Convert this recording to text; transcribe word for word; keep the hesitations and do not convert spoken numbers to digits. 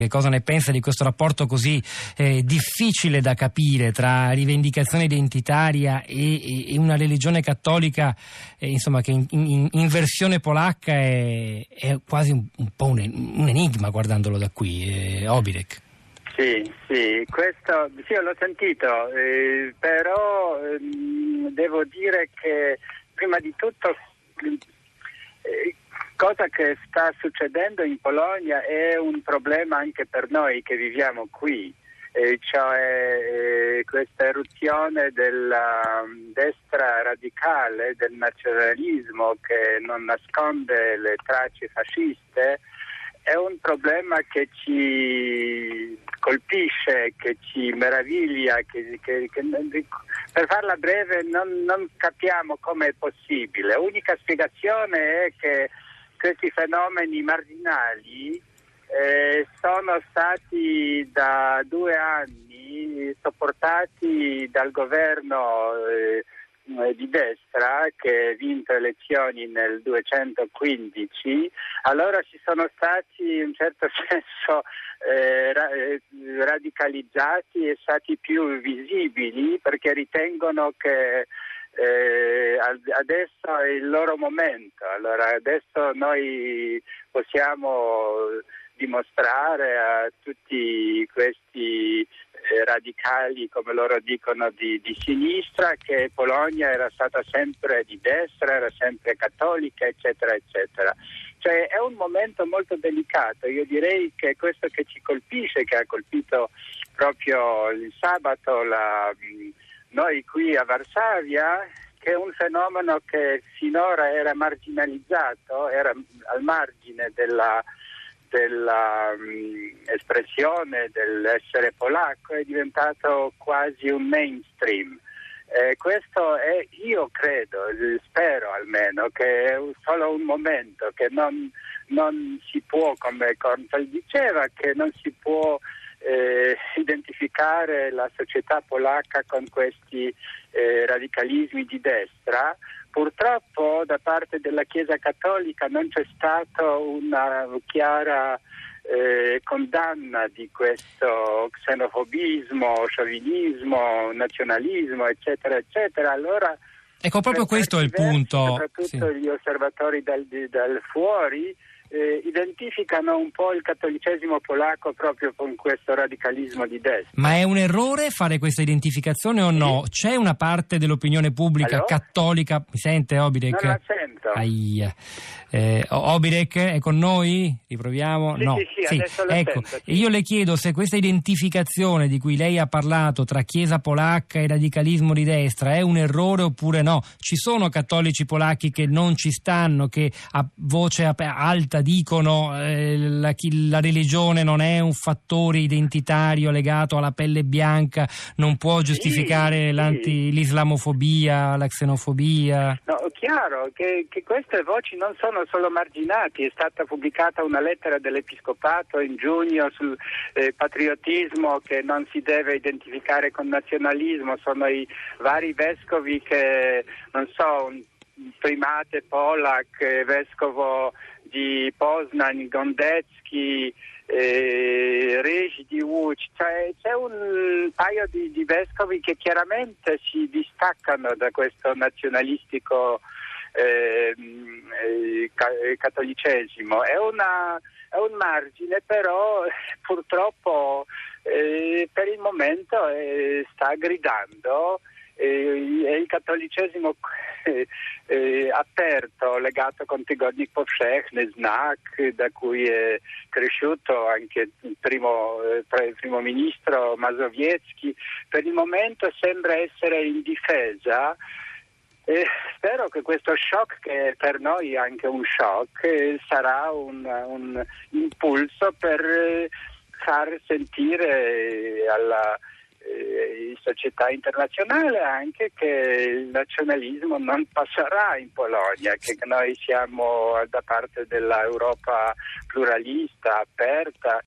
Che cosa ne pensa di questo rapporto così eh, difficile da capire tra rivendicazione identitaria e, e una religione cattolica, eh, insomma, che in, in, in versione polacca è, è quasi un, un po' un, un enigma guardandolo da qui, eh, Obirek. Sì, sì, questo sì, l'ho sentito, eh, però ehm, devo dire che prima di tutto eh, cosa che sta succedendo in Polonia è un problema anche per noi che viviamo qui, eh, cioè eh, questa eruzione della destra radicale, del nazionalismo che non nasconde le tracce fasciste, è un problema che ci colpisce, che ci meraviglia, che, che, che per farla breve non, non capiamo come è possibile. L'unica spiegazione è che questi fenomeni marginali eh, sono stati da due anni sopportati dal governo eh, di destra che ha vinto elezioni nel duecentoquindici. Allora ci sono stati in un certo senso eh, ra- radicalizzati e stati più visibili perché ritengono che Eh, adesso è il loro momento. Allora adesso noi possiamo dimostrare a tutti questi eh, radicali, come loro dicono, di, di sinistra, che Polonia era stata sempre di destra, era sempre cattolica, eccetera, eccetera. Cioè è un momento molto delicato. Io direi che questo che ci colpisce, che ha colpito proprio il sabato la noi qui a Varsavia, che è un fenomeno che finora era marginalizzato, era al margine della, della um, espressione dell'essere polacco, è diventato quasi un mainstream. Eh, questo è, io credo, spero almeno, che è solo un momento, che non, non si può, come Kornfeld diceva, che non si può Eh, identificare la società polacca con questi eh, radicalismi di destra. Purtroppo da parte della Chiesa Cattolica non c'è stata una chiara eh, condanna di questo xenofobismo, sciovinismo, nazionalismo, eccetera, eccetera. Allora, ecco, proprio questo è il diversi, punto. Soprattutto sì. gli osservatori dal, dal fuori Eh, identificano un po' il cattolicesimo polacco proprio con questo radicalismo di destra. Ma è un errore fare questa identificazione o no? Sì. C'è una parte dell'opinione pubblica Allora? cattolica, mi sente Obirek? Non la sento. Aia. Eh, Obirek è con noi? Riproviamo? Sì, no. sì, sì, adesso la ecco, sento, sì. Io le chiedo se questa identificazione di cui lei ha parlato tra Chiesa polacca e radicalismo di destra è un errore oppure no. Ci sono cattolici polacchi che non ci stanno, che a voce alta dicono eh, la, la religione non è un fattore identitario legato alla pelle bianca, non può giustificare sì, l'anti, sì. l'islamofobia, la xenofobia. No, è chiaro che, che queste voci non sono solo marginati. È stata pubblicata una lettera dell'Episcopato in giugno sul eh, patriottismo che non si deve identificare con nazionalismo. Sono i vari vescovi che, non so, un primate Polak, vescovo di Poznań, Gondecki, eh, Regi di Łódź, cioè, c'è un paio di, di vescovi che chiaramente si distaccano da questo nazionalistico eh, eh, cattolicesimo. È, una, è un margine, però purtroppo eh, per il momento eh, sta gridando. E il cattolicesimo eh, eh, aperto, legato con Tygodnik Powszechny, Znak, da cui è cresciuto anche il primo, eh, il primo ministro Mazowiecki, per il momento sembra essere in difesa. E spero che questo shock, che per noi è anche un shock, eh, sarà un, un impulso per eh, far sentire alla in società internazionale anche che il nazionalismo non passerà in Polonia, che noi siamo da parte dell'Europa pluralista, aperta,